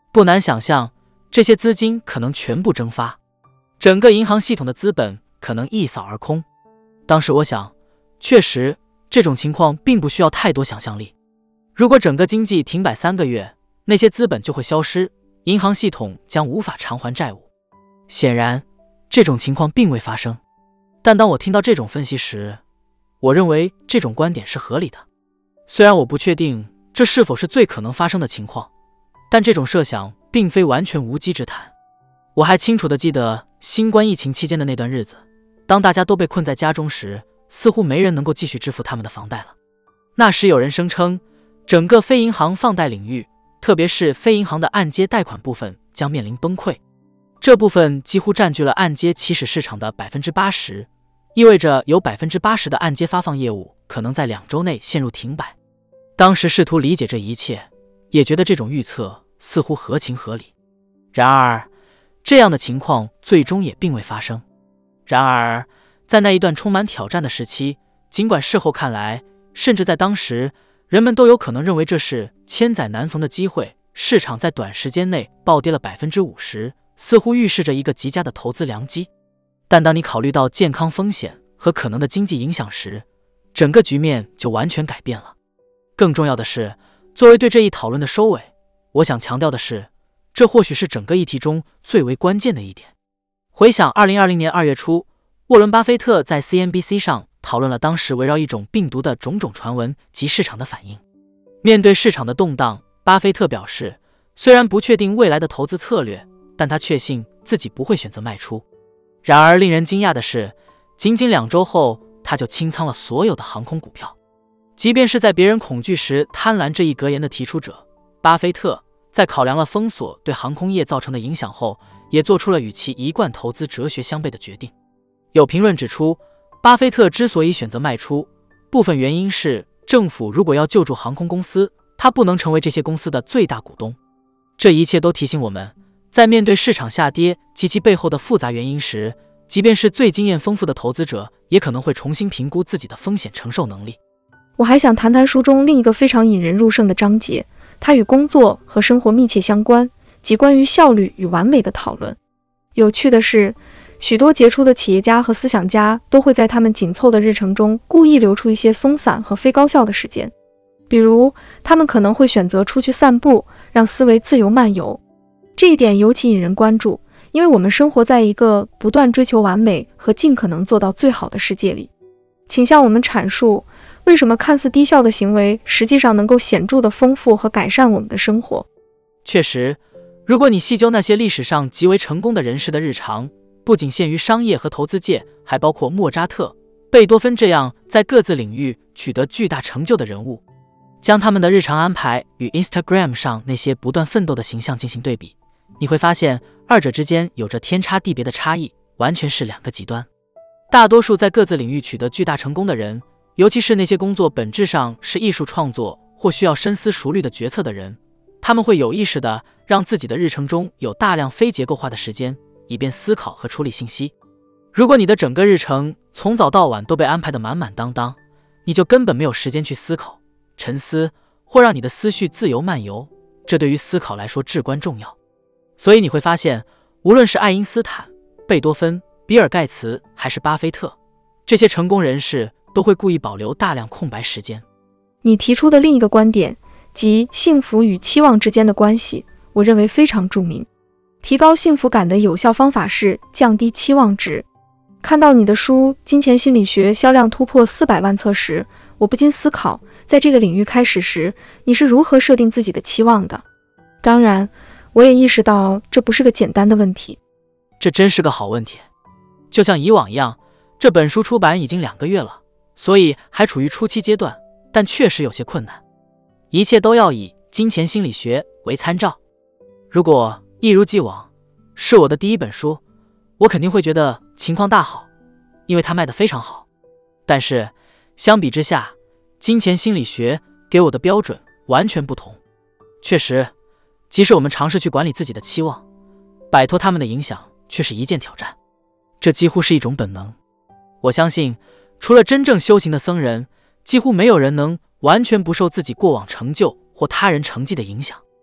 不难想象，这些资金可能全部蒸发，整个银行系统的资本可能一扫而空。当时我想，确实，这种情况并不需要太多想象力。如果整个经济停摆三个月，那些资本就会消失，银行系统将无法偿还债务。显然，这种情况并未发生。但当我听到这种分析时，我认为这种观点是合理的。虽然我不确定这是否是最可能发生的情况，但这种设想并非完全无稽之谈。我还清楚地记得新冠疫情期间的那段日子，当大家都被困在家中时，似乎没人能够继续支付他们的房贷了。那时有人声称，整个非银行放贷领域，特别是非银行的按揭贷款部分将面临崩溃。这部分几乎占据了按揭起始市场的 百分之八十， 意味着有 百分之八十 的按揭发放业务可能在两周内陷入停摆。当时试图理解这一切，也觉得这种预测似乎合情合理。然而，这样的情况最终也并未发生。然而，在那一段充满挑战的时期，尽管事后看来，甚至在当时，人们都有可能认为这是千载难逢的机会，市场在短时间内暴跌了 百分之五十， 似乎预示着一个极佳的投资良机。但当你考虑到健康风险和可能的经济影响时，整个局面就完全改变了。更重要的是，作为对这一讨论的收尾，我想强调的是，这或许是整个议题中最为关键的一点。回想二零二零年二月初，沃伦·巴菲特在 C N B C 上讨论了当时围绕一种病毒的种种传闻及市场的反应。面对市场的动荡，巴菲特表示，虽然不确定未来的投资策略，但他确信自己不会选择卖出。然而令人惊讶的是，仅仅两周后，他就清仓了所有的航空股票。即便是在别人恐惧时贪婪这一格言的提出者，巴菲特在考量了封锁对航空业造成的影响后，也做出了与其一贯投资哲学相悖的决定。有评论指出，巴菲特之所以选择卖出，部分原因是政府如果要救助航空公司，他不能成为这些公司的最大股东。这一切都提醒我们，在面对市场下跌及其背后的复杂原因时，即便是最经验丰富的投资者，也可能会重新评估自己的风险承受能力。 我还想谈谈书中另一个非常引人入胜的章节，它与工作和生活密切相关，即关于效率与完美的讨论。有趣的是，许多杰出的企业家和思想家都会在他们紧凑的日程中故意留出一些松散和非高效的时间，比如他们可能会选择出去散步，让思维自由漫游。这一点尤其引人关注，因为我们生活在一个不断追求完美和尽可能做到最好的世界里。请向我们阐述，为什么看似低效的行为实际上能够显著地丰富和改善我们的生活。 确实，如果你细究那些历史上极为成功的人士的日常，不仅限于商业和投资界，还包括莫扎特、贝多芬这样在各自领域取得巨大成就的人物，将他们的日常安排与 Instagram 上那些不断奋斗的形象进行对比，你会发现二者之间有着天差地别的差异，完全是两个极端。大多数在各自领域取得巨大成功的人，尤其是那些工作本质上是艺术创作或需要深思熟虑的决策的人，他们会有意识地让自己的日程中有大量非结构化的时间，以便思考和处理信息。如果你的整个日程从早到晚都被安排得满满当当，你就根本没有时间去思考、沉思或让你的思绪自由漫游，这对于思考来说至关重要。所以你会发现，无论是爱因斯坦、贝多芬、比尔盖茨还是巴菲特，这些成功人士都会故意保留大量空白时间。 你提出的另一个观点，即幸福与期望之间的关系，我认为非常著名。提高幸福感的有效方法是降低期望值。看到你的书《金钱心理学》销量突破四百万册时，我不禁思考，在这个领域开始时，你是如何设定自己的期望的？当然，我也意识到这不是个简单的问题。 这真是个好问题。就像以往一样，这本书出版已经两个月了，所以还处于初期阶段，但确实有些困难。一切都要以《金钱心理学》为参照。如果一如既往是我的第一本书，我肯定会觉得情况大好，因为它卖得非常好。但是相比之下，《金钱心理学》给我的标准完全不同。确实，即使我们尝试去管理自己的期望，摆脱他们的影响却是一件挑战。这几乎是一种本能。我相信，除了真正修行的僧人，几乎没有人能完全不受自己过往成就或他人成绩的影响。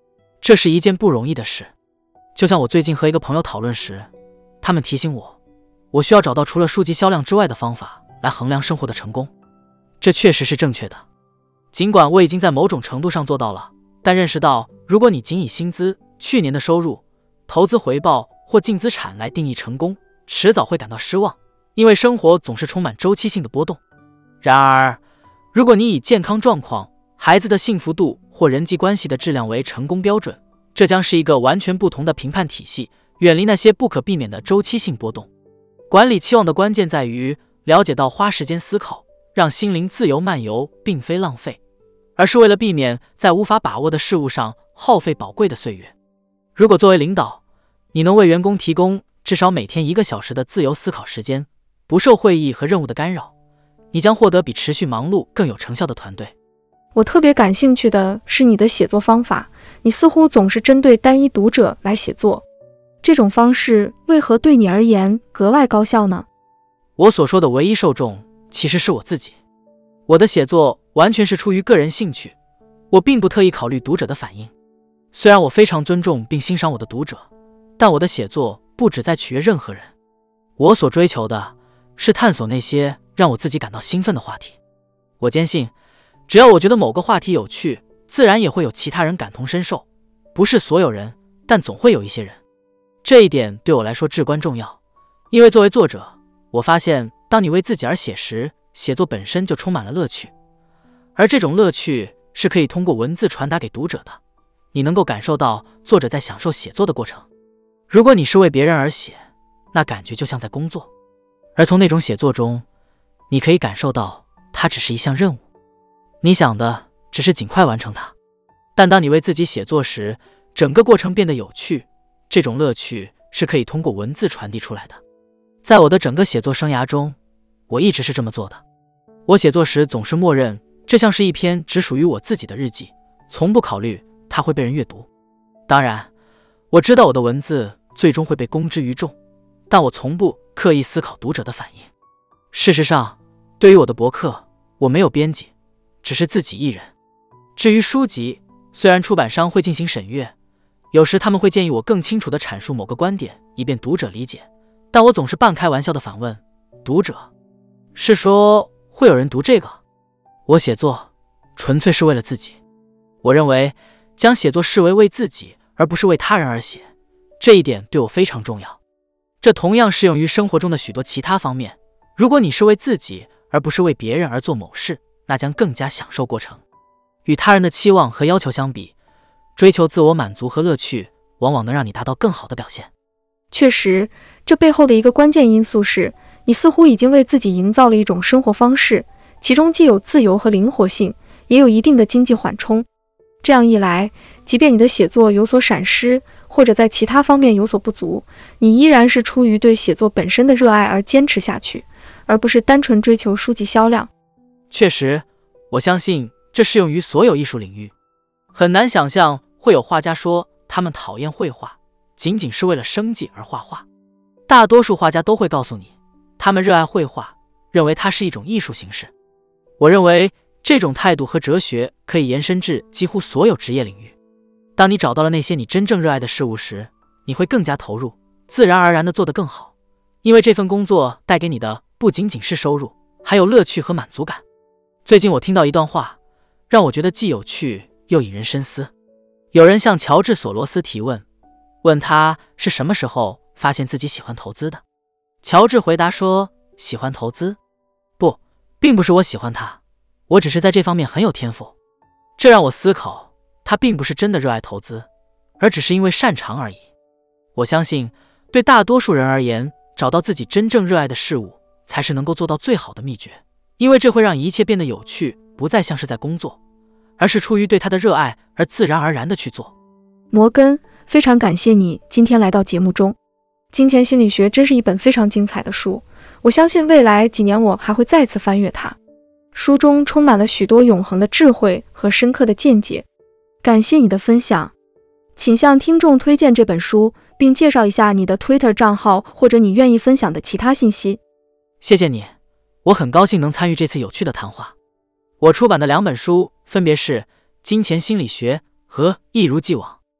这是一件不容易的事。就像我最近和一个朋友讨论时，他们提醒我，我需要找到除了书籍销量之外的方法来衡量生活的成功。这确实是正确的。尽管我已经在某种程度上做到了，但认识到，如果你仅以薪资、去年的收入、投资回报或净资产来定义成功，迟早会感到失望，因为生活总是充满周期性的波动。然而，如果你以健康状况、孩子的幸福度或人际关系的质量为成功标准，这将是一个完全不同的评判体系，远离那些不可避免的周期性波动。管理期望的关键在于了解到花时间思考，让心灵自由漫游并非浪费，而是为了避免在无法把握的事物上耗费宝贵的岁月。如果作为领导，你能为员工提供至少每天一个小时的自由思考时间，不受会议和任务的干扰，你将获得比持续忙碌更有成效的团队。 我特别感兴趣的是你的写作方法，你似乎总是针对单一读者来写作，这种方式为何对你而言格外高效呢？ 我所说的唯一受众其实是我自己。我的写作完全是出于个人兴趣，我并不特意考虑读者的反应。虽然我非常尊重并欣赏我的读者，但我的写作不只在取悦任何人。我所追求的是探索那些让我自己感到兴奋的话题。我坚信，只要我觉得某个话题有趣，自然也会有其他人感同身受。不是所有人，但总会有一些人。这一点对我来说至关重要，因为作为作者，我发现当你为自己而写时，写作本身就充满了乐趣，而这种乐趣是可以通过文字传达给读者的。你能够感受到作者在享受写作的过程。如果你是为别人而写，那感觉就像在工作，而从那种写作中，你可以感受到它只是一项任务，你想的只是尽快完成它。但当你为自己写作时，整个过程变得有趣，这种乐趣是可以通过文字传递出来的。在我的整个写作生涯中，我一直是这么做的。我写作时总是默认这像是一篇只属于我自己的日记，从不考虑它会被人阅读。当然，我知道我的文字最终会被公之于众，但我从不刻意思考读者的反应。事实上，对于我的博客，我没有编辑，只是自己一人。至于书籍，虽然出版商会进行审阅，有时他们会建议我更清楚地阐述某个观点，以便读者理解，但我总是半开玩笑地反问，读者？是说会有人读这个？我写作纯粹是为了自己。我认为将写作视为为自己而不是为他人而写，这一点对我非常重要。这同样适用于生活中的许多其他方面。如果你是为自己而不是为别人而做某事，那将更加享受过程。与他人的期望和要求相比，追求自我满足和乐趣往往能让你达到更好的表现。 确实，这背后的一个关键因素是，你似乎已经为自己营造了一种生活方式，其中既有自由和灵活性，也有一定的经济缓冲。这样一来，即便你的写作有所闪失，或者在其他方面有所不足，你依然是出于对写作本身的热爱而坚持下去，而不是单纯追求书籍销量。 确实，我相信这适用于所有艺术领域。很难想象会有画家说他们讨厌绘画，仅仅是为了生计而画画。大多数画家都会告诉你，他们热爱绘画，认为它是一种艺术形式。我认为这种态度和哲学可以延伸至几乎所有职业领域。当你找到了那些你真正热爱的事物时，你会更加投入，自然而然地做得更好，因为这份工作带给你的不仅仅是收入，还有乐趣和满足感。最近我听到一段话，让我觉得既有趣又引人深思。有人向乔治·索罗斯提问，问他是什么时候发现自己喜欢投资的。乔治回答说，喜欢投资？不，并不是我喜欢它，我只是在这方面很有天赋。这让我思考，他并不是真的热爱投资，而只是因为擅长而已。我相信，对大多数人而言，找到自己真正热爱的事物，才是能够做到最好的秘诀，因为这会让一切变得有趣，不再像是在工作，而是出于对它的热爱而自然而然地去做。 摩根，非常感谢你今天来到节目中。金钱心理学真是一本非常精彩的书，我相信未来几年我还会再次翻阅它。书中充满了许多永恒的智慧和深刻的见解。感谢你的分享，请向听众推荐这本书，并介绍一下你的 Twitter 账号或者你愿意分享的其他信息。 谢谢你，我很高兴能参与这次有趣的谈话。我出版的两本书分别是《金钱心理学》和《一如既往》。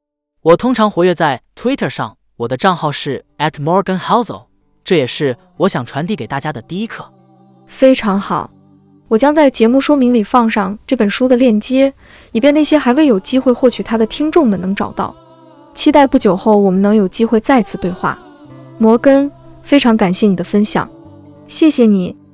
我通常活跃在 Twitter 上，我的账号是 at Morgan Housel， 这也是我想传递给大家的第一课。 非常好，我将在节目说明里放上这本书的链接，以便那些还未有机会获取它的听众们能找到。期待不久后我们能有机会再次对话。摩根，非常感谢你的分享。谢谢你。